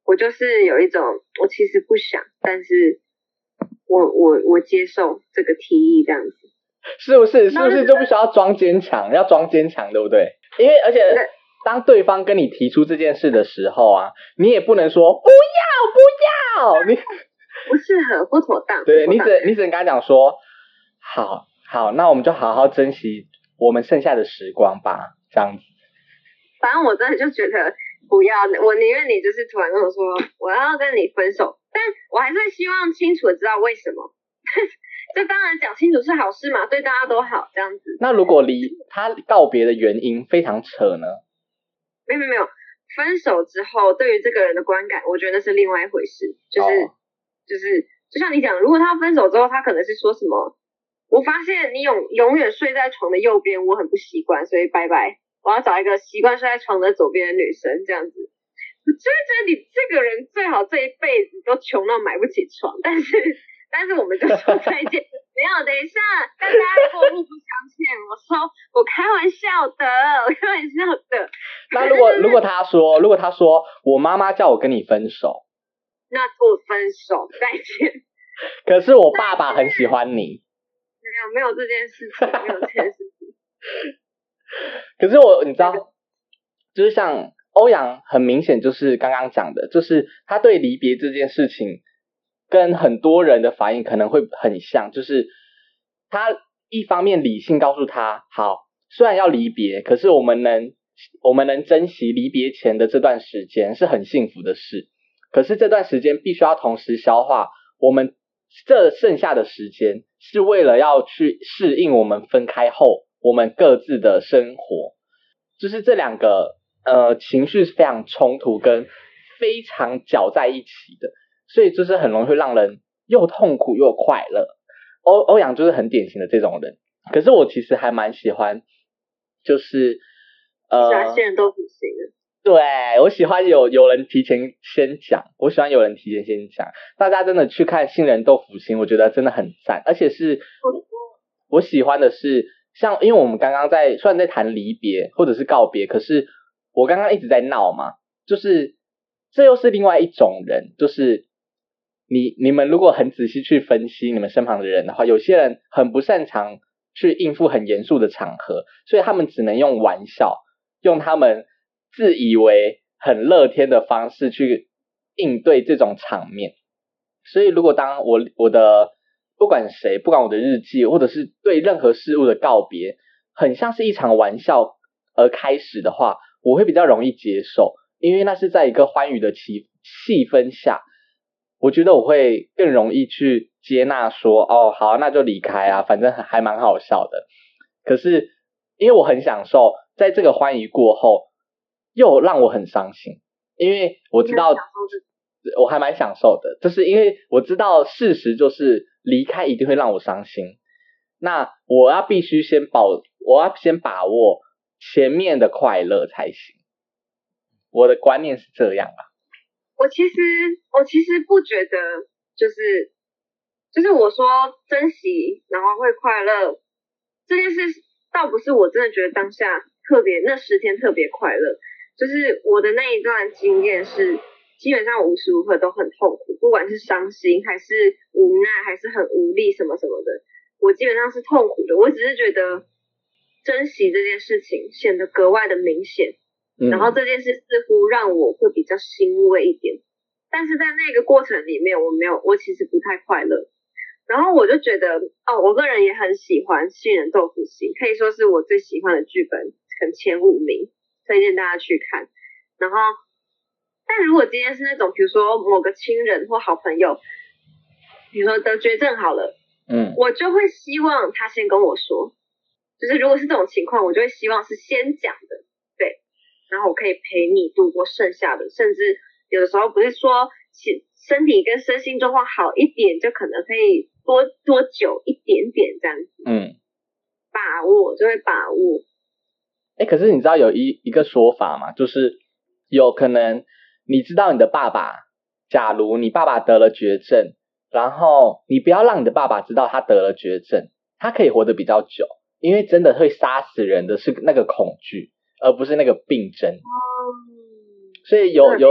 我就是有一种我其实不想，但是我接受这个提议这样子。 是不是就必须要装坚强，要装坚强，对不对？因为而且当对方跟你提出这件事的时候啊，你也不能说不要，你不适合，不妥当。 对，你只能跟他讲说，好，那我们就好好珍惜我们剩下的时光吧，这样子。 反正我真的就觉得不要，我宁愿你就是突然跟我说我要跟你分手，但我还是希望清楚的知道为什么。这当然讲清楚是好事嘛，对大家都好这样子。 那如果他告别的原因非常扯呢？ 没有，分手之后对于这个人的观感，我觉得是另外一回事。就是就像你讲，如果他分手之后，他可能是说什么，我发现你永远睡在床的右边，我很不习惯，所以拜拜，我要找一个习惯睡在床的左边的女生这样子。我就会觉得你这个人最好这一辈子都穷到买不起床，但是我们就说再见。没有，等一下，大家过互不相欠。我说我开玩笑的。 那如果他说我妈妈叫我跟你分手， 那做分手再见。 可是我爸爸很喜欢你。 没有这件事情，没有这件事情。 可是你知道，就是像欧阳，很明显就是刚刚讲的，就是他对离别这件事情跟很多人的反应可能会很像，就是他一方面理性告诉他，好，虽然要离别，可是我们能珍惜离别前的这段时间是很幸福的事，可是这段时间必须要同时消化，我们这剩下的时间是为了要去适应我们分开后我们各自的生活，就是这两个情绪是非常冲突跟非常搅在一起的，所以就是很容易会让人又痛苦又快乐。欧阳就是很典型的这种人，可是我其实还蛮喜欢，就是喜欢信任豆腐型的。 对，我喜欢有人提前先讲，我喜欢有人提前先讲。大家真的去看杏仁豆腐心，我觉得真的很赞，而且是我喜欢的是，像因为我们刚刚虽然在谈离别或者是告别，可是我刚刚一直在闹嘛，就是这又是另外一种人，就是你们如果很仔细去分析你们身旁的人的话，有些人很不擅长去应付很严肃的场合，所以他们只能用玩笑，用他们自以为很乐天的方式去应对这种场面。所以如果当我的不管我的日记或者是对任何事物的告别很像是一场玩笑而开始的话，我会比较容易接受，因为那是在一个欢愉的气氛下，我觉得我会更容易去接纳说，哦好，那就离开啊，反正还蛮好笑的。可是因为我很享受在这个欢愉过后又让我很伤心，因为我知道我还蛮享受的，就是因为我知道事实就是离开一定会让我伤心，那我要先把握前面的快乐才行。我的观念是这样啊。 我其实不觉得就是我说珍惜然后会快乐这件事，倒不是我真的觉得当下特别那10天特别快乐，就是我的那一段经验是基本上无时无刻都很痛苦，不管是伤心还是无奈还是很无力什么什么的，我基本上是痛苦的。我只是觉得珍惜这件事情显得格外的明显，然后这件事似乎让我会比较欣慰一点，但是在那个过程里面我其实不太快乐。然后我就觉得我个人也很喜欢杏仁豆腐心，可以说是我最喜欢的剧本，可能前5名，推荐大家去看。然后但如果今天是那种比如说某个亲人或好朋友，比如说得绝症好了，我就会希望他先跟我说，就是如果是这种情况我就会希望是先讲的，对，然后我可以陪你度过剩下的，甚至有的时候不是说身体跟身心状况好一点就可能可以多久一点点这样子，就会把握。 可是你知道有一个说法吗？就是有可能你知道你的爸爸，假如你爸爸得了绝症，然后你不要让你的爸爸知道他得了绝症，他可以活得比较久，因为真的会杀死人的是那个恐惧，而不是那个病症。所以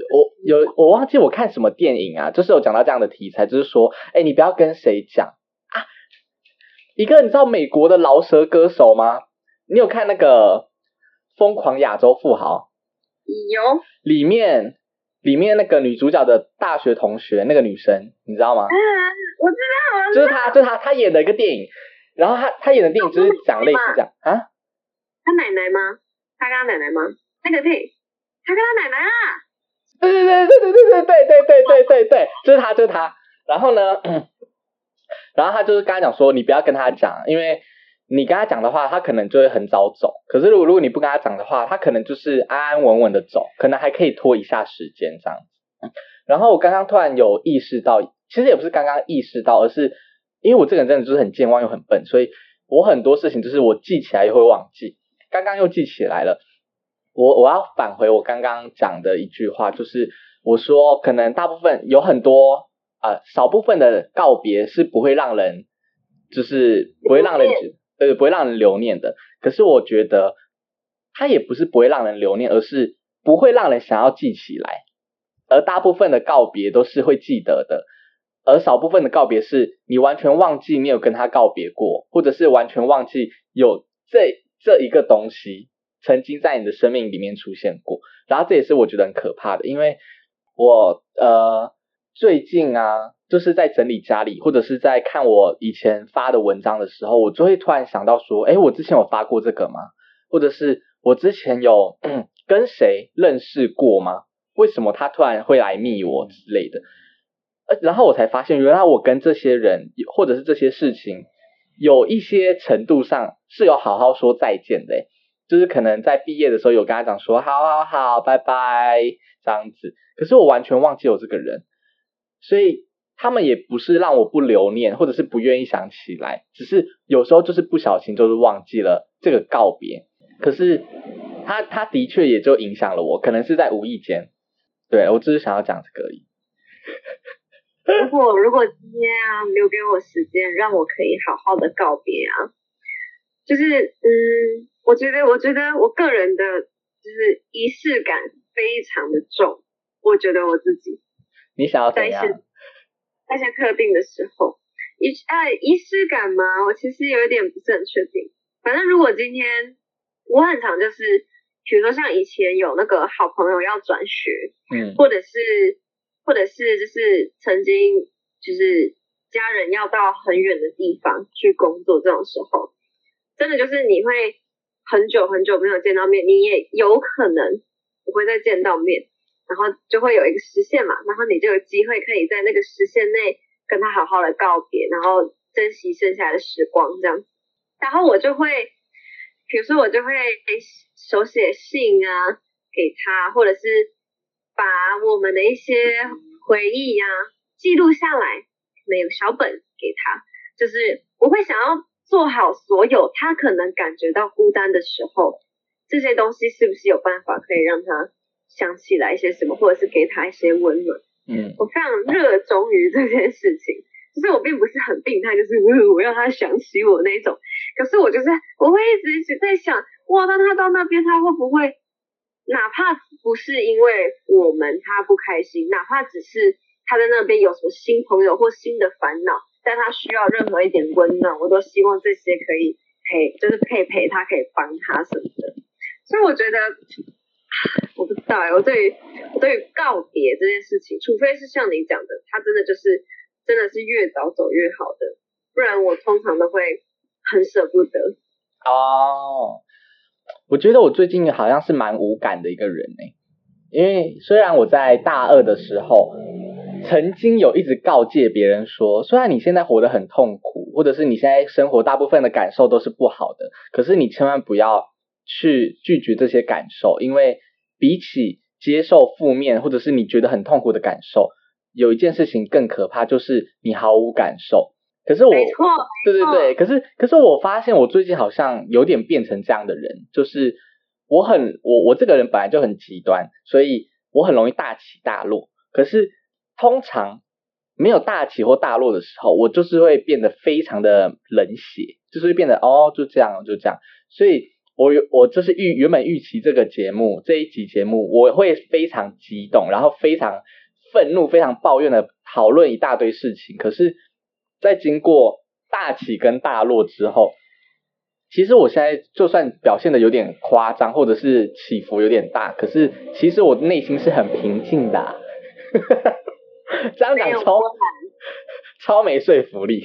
我忘记我看什么电影啊，就是有讲到这样的题材，就是说，你不要跟谁讲啊。一个你知道美国的饶舌歌手吗？你有看那个《疯狂亚洲富豪》？ 有。 里面那个女主角的大学同学，那个女生，你知道吗？ 我知道， 就是她演的一个电影，然后她演的电影就是讲类似这样啊。 他奶奶吗？他跟他奶奶吗？那个电影，他跟他奶奶啊。 对，就是他。然后呢，然后他就是跟他讲说，你不要跟他讲，因为你跟他讲的话，他可能就会很早走。可是如果你不跟他讲的话，他可能就是安安稳稳的走，可能还可以拖一下时间这样子。然后我刚刚突然有意识到，其实也不是刚刚意识到，而是因为我这个人真的就是很健忘又很笨，所以我很多事情就是我记起来又会忘记。刚刚又记起来了。我要返回我刚刚讲的一句话，就是我说可能大部分有很多少部分的告别是不会让人就是不会让人不会让人留念的。可是我觉得它也不是不会让人留念，而是不会让人想要记起来。而大部分的告别都是会记得的，而少部分的告别是你完全忘记你有跟他告别过，或者是完全忘记有这一个东西曾经在你的生命里面出现过。然后这也是我觉得很可怕的，因为我最近啊，就是在整理家里或者是在看我以前发的文章的时候，我就会突然想到说，我之前有发过这个吗？或者是我之前有跟谁认识过吗？为什么他突然会来密我之类的？然后我才发现，原来我跟这些人或者是这些事情有一些程度上是有好好说再见的。就是可能在毕业的时候有跟他讲说好拜拜这样子，可是我完全忘记有这个人，所以他们也不是让我不留念或者是不愿意想起来，只是有时候就是不小心就是忘记了这个告别。可是他的确也就影响了我，可能是在无意间。对，我只是想要讲这个而已。 如果今天啊留给我时间让我可以好好的告别啊，就是我觉得我个人的就是仪式感非常的重。我觉得我自己你想要怎样？ 在一些特定的时候仪式感吗？我其实有一点不是很确定。反正如果今天我很常就是比如说像以前有那个好朋友要转学，或者是就是曾经就是家人要到很远的地方去工作，这种时候真的就是你会很久很久没有见到面，你也有可能不会再见到面，然后就会有一个时限嘛，然后你就有机会可以在那个时限内跟他好好的告别，然后珍惜剩下的时光这样子。然后我就会比如说我就会手写信啊给他，或者是把我们的一些回忆啊记录下来，可能有小本给他，就是我会想要做好所有他可能感觉到孤单的时候，这些东西是不是有办法可以让他想起来一些什么，或者是给他一些温暖。我非常热衷于这件事情，就是我并不是很病态，就是我要他想起我那种，可是我会一直在想，哇，那他到那边他会不会，哪怕不是因为他不开心，哪怕只是他在那边有什么新朋友或新的烦恼，但他需要任何一点温暖，我都希望这些可以陪他，可以帮他什么的。所以我觉得我不知道我对于告别这件事情，除非是像你讲的，他真的是越早走越好的，不然我通常都会很舍不得。 我觉得我最近好像是蛮无感的一个人因为虽然我在大二的时候曾经有一直告诫别人说，虽然你现在活得很痛苦，或者是你现在生活大部分的感受都是不好的，可是你千万不要去拒绝这些感受，因为比起接受负面或者是你觉得很痛苦的感受，有一件事情更可怕，就是你毫无感受。可是没错， 对，可是我发现我最近好像有点变成这样的人，就是我这个人本来就很极端，所以我很容易大起大落。可是通常没有大起或大落的时候，我就是会变得非常的冷血，就是会变得就这样。所以我就是原本预期这一集节目我会非常激动，然后非常愤怒非常抱怨的讨论一大堆事情，可是在经过大起跟大落之后，其实我现在就算表现的有点夸张或者是起伏有点大，可是其实我内心是很平静的啊。这样讲超没说服力。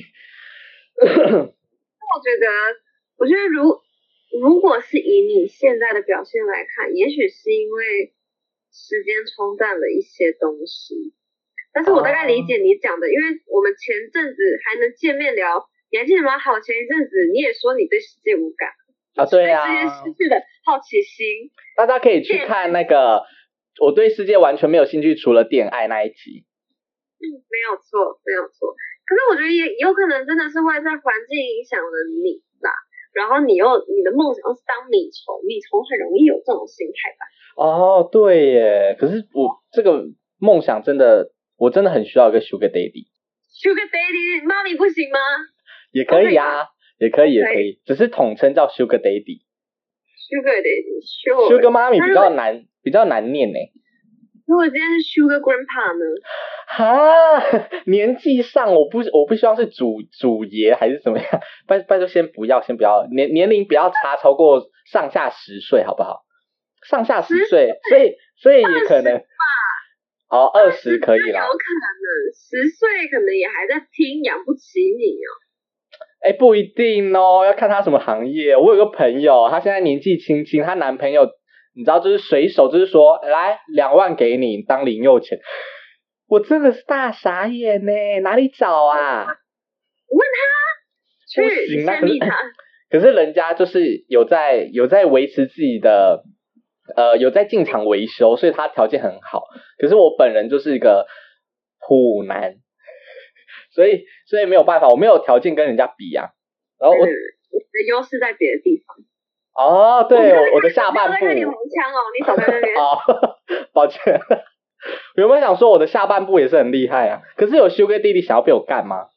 我觉得如果是以你现在的表现来看，也许是因为时间冲淡了一些东西，但是我大概理解你讲的，因为我们前阵子还能见面聊，你还记得吗？好，前一阵子你也说你对世界无感啊，对啊， 对世界失去了好奇心， 大家可以去看那个我对世界完全没有兴趣除了恋爱那一集。 没有错。可是我觉得也有可能真的是外在环境影响了你啦，然后你的梦想是当米虫很容易有这种心态吧。 哦，对耶，可是我这个梦想我真的很需要一个 Sugar Daddy。Sugar Daddy 妈咪不行吗？ 也可以啊，也可以，只是统称叫 Sugar Daddy。Sugar Daddy，Sugar 妈咪比较难念耶。 如果今天是 Sugar Grandpa 呢？ 哈，年纪上我不希望是主爷还是怎么样，拜托先不要，年龄不要差超过上下10岁好不好？上下10岁，所以也可能哦20可以啦。 有可能10岁可能也还在拼，养不起你哦。 不一定哦，要看他什么行业。我有个朋友，他现在年纪轻轻，他男朋友你知道就是随手就是说来2万给你当零用钱，我真的是大傻眼呢，哪里找啊？ 问他，去先密他。 可是人家就是有在维持自己的有在进场维修，所以他条件很好。可是我本人就是一个普男，所以没有办法，我没有条件跟人家比啊。然后我的优势在别的地方。 哦，对，我的下半部。 我在看你红枪哦，你手在那边。 哦，抱歉。我原本想说我的下半部也是很厉害啊，可是有 Sugar Daddy 想要被我干吗？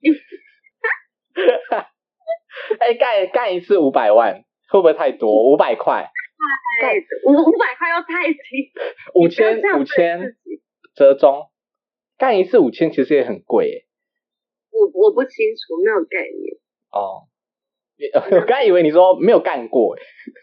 干一次500万会不会太多？500块 ，500块又太低。 5000折中，干一次5000其实也很贵耶。 我不清楚，没有概念。 哦。我刚以为你说没有干过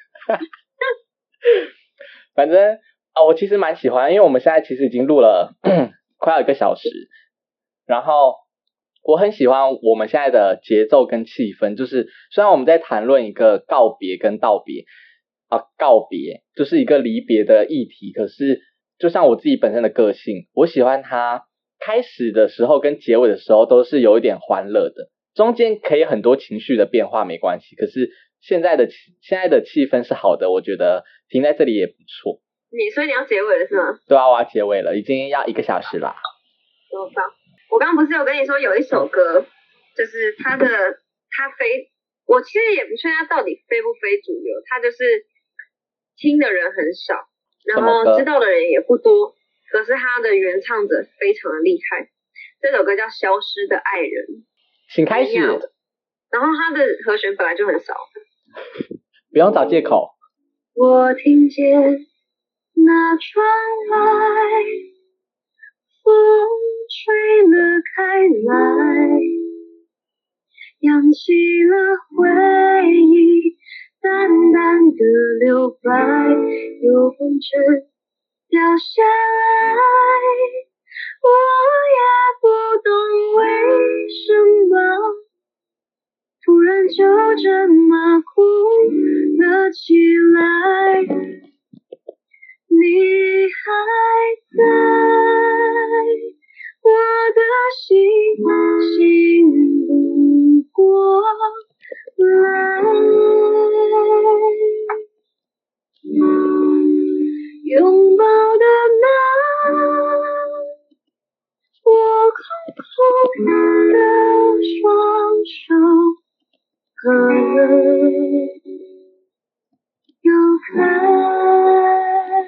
反正我其实蛮喜欢，因为我们现在其实已经录了快要1个小时，然后我很喜欢我们现在的节奏跟气氛，就是虽然我们在谈论一个告别跟道别告别就是一个离别的议题，可是就像我自己本身的个性，我喜欢它开始的时候跟结尾的时候都是有一点欢乐的，中间可以很多情绪的变化没关系，可是现在的气氛是好的，我觉得停在这里也不错。 所以你要结尾了是吗？ 对啊，我要结尾了，已经要1个小时啦。 多棒！我刚刚不是有跟你说有一首歌，就是它非，我其实也不确定它到底非不非主流，它就是听的人很少，然后知道的人也不多，可是它的原唱者非常的厉害。这首歌叫《消失的爱人》， 请开始。 然后它的和弦本来就很少， 不用找借口。 我听见那窗外风吹了开来，扬起了回忆，淡淡的留白，有风筝掉下来，我也不懂为什么突然就这么哭了起来，你还在我的心，醒不过来，拥抱的那我空空的双手合了又开。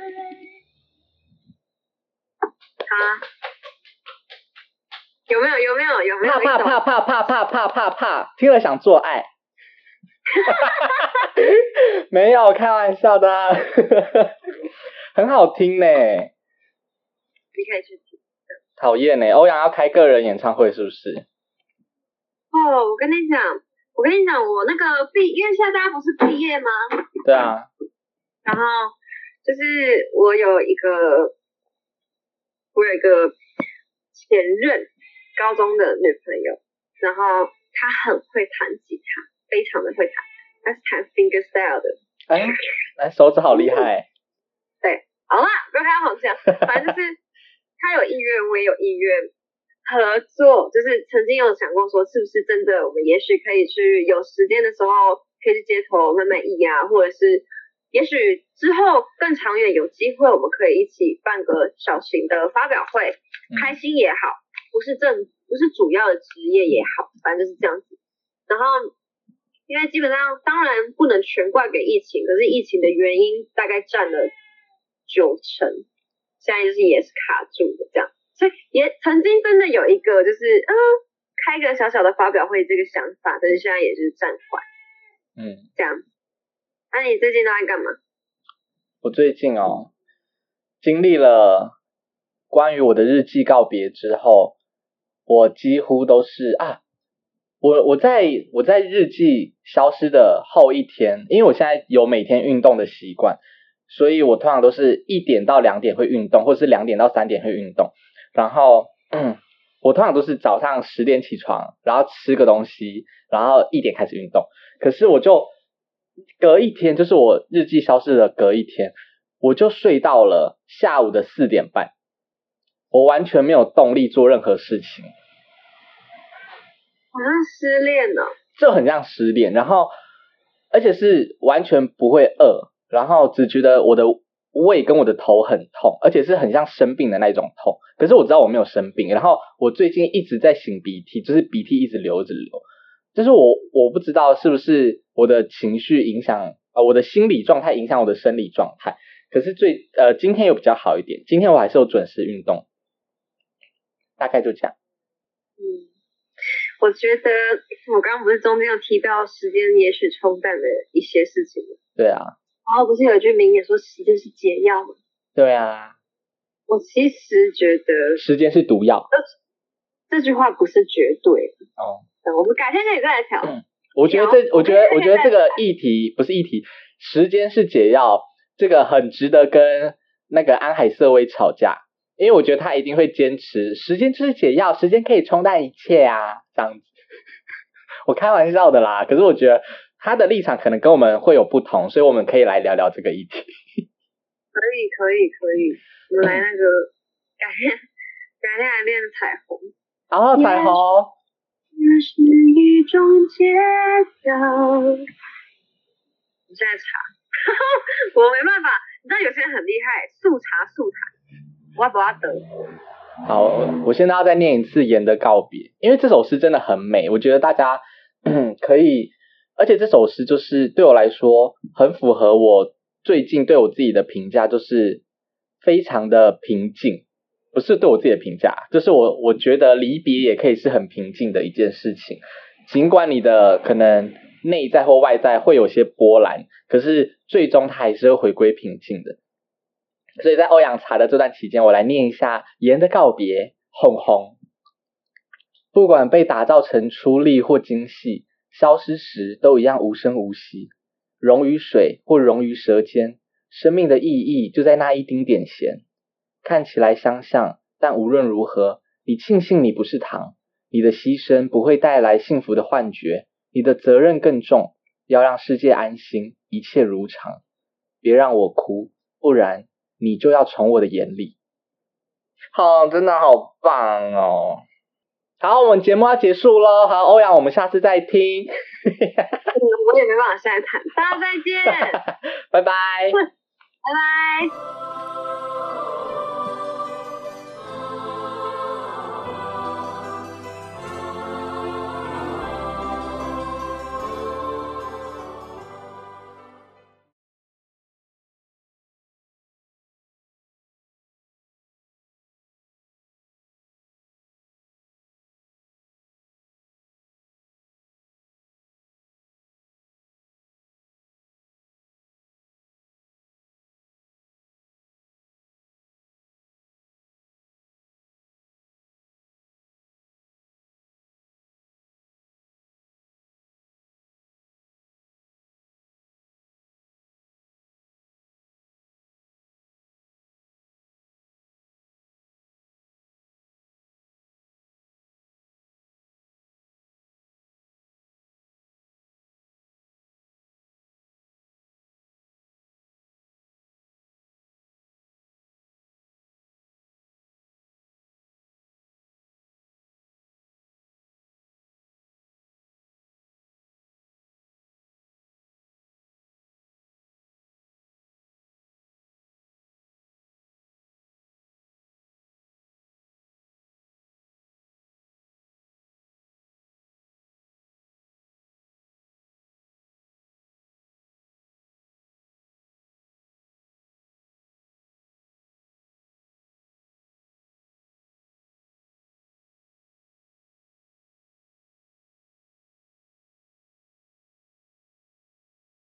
有没有怕，听了想做爱。 没有开玩笑的、啊，很好听呢。 你可以去听。 讨厌呢，欧阳要开个人演唱会是不是？ 哦，我跟你讲，我那个因为现在大家不是毕业吗？ 对啊。 然后就是我有一个前任高中的女朋友，然后她很会弹吉他，非常的会弹，她是弹 fingerstyle 的。 哎，手指好厉害。 对，好啦，不要开黄腔，反正就是她有意愿，我也有意愿合作，就是曾经有想过说，是不是真的我们也许可以去有时间的时候可以去街头卖卖艺啊，或者是也许之后更长远有机会，我们可以一起办个小型的发表会，开心也好，不是主要的职业也好，反正就是这样子。然后因为基本上当然不能全怪给疫情，可是疫情的原因大概占了90%，现在就是也是卡住的这样，所以也曾经真的有一个就是开个小小的发表会这个想法，但是现在也是暂缓。这样。那你最近都在干嘛？ 我最近经历了关于我的日记告别之后，我几乎都是我在日记消失的后一天，因为我现在有每天运动的习惯，所以我通常都是1点到2点会运动，或是2点到3点会运动。然后我通常都是早上10点起床，然后吃个东西，然后1点开始运动。可是我就隔一天，就是我日记消失的隔一天，我就睡到了下午的4点半，我完全没有动力做任何事情。 好像失恋了。 这很像失恋，然后而且是完全不会饿，然后只觉得我的胃跟我的头很痛，而且是很像生病的那种痛。可是我知道我没有生病，然后我最近一直在擤鼻涕，就是鼻涕一直流，就是我不知道是不是我的情绪影响我的心理状态影响我的生理状态。可是今天又比较好一点，今天我还是有准时运动，大概就这样。 我觉得我刚刚不是中间有提到时间也许冲淡了一些事情吗？ 对啊。 然后不是有一句名言说时间是解药吗？ 对啊。 我其实觉得时间是毒药。 这句话不是绝对的。我们改天可以再来聊。 我觉得这个议题不是议题，时间是解药，这个很值得跟那个安海瑟薇吵架，因为我觉得他一定会坚持时间就是解药，时间可以冲淡一切啊，这样子。我开玩笑的啦，可是我觉得他的立场可能跟我们会有不同，所以我们可以来聊聊这个议题。 可以，我们来那个改天来练彩虹。彩虹。也是一种解药。你现在查，我没办法，你知道有些人很厉害，速查，我不要得。 好，我现在要再念一次《盐的告别》，因为这首诗真的很美，我觉得大家可以，而且这首诗就是对我来说很符合我最近对我自己的评价，就是非常的平静。不是对我自己的评价，就是我觉得离别也可以是很平静的一件事情，尽管你的可能内在或外在会有些波澜，可是最终它还是会回归平静的。所以在欧阳查的这段期间，我来念一下《盐的告别》。轰轰，不管被打造成出力或精细，消失时都一样无声无息，溶于水或溶于舌尖，生命的意义就在那一丁点咸。看起来相像，但无论如何，你庆幸你不是糖，你的牺牲不会带来幸福的幻觉，你的责任更重，要让世界安心，一切如常。别让我哭，不然你就要从我的眼里。真的好棒哦！好，我们节目要结束咯。好，欧阳，我们下次再听。 我也没办法现在谈，大家再见。 拜拜。 拜拜。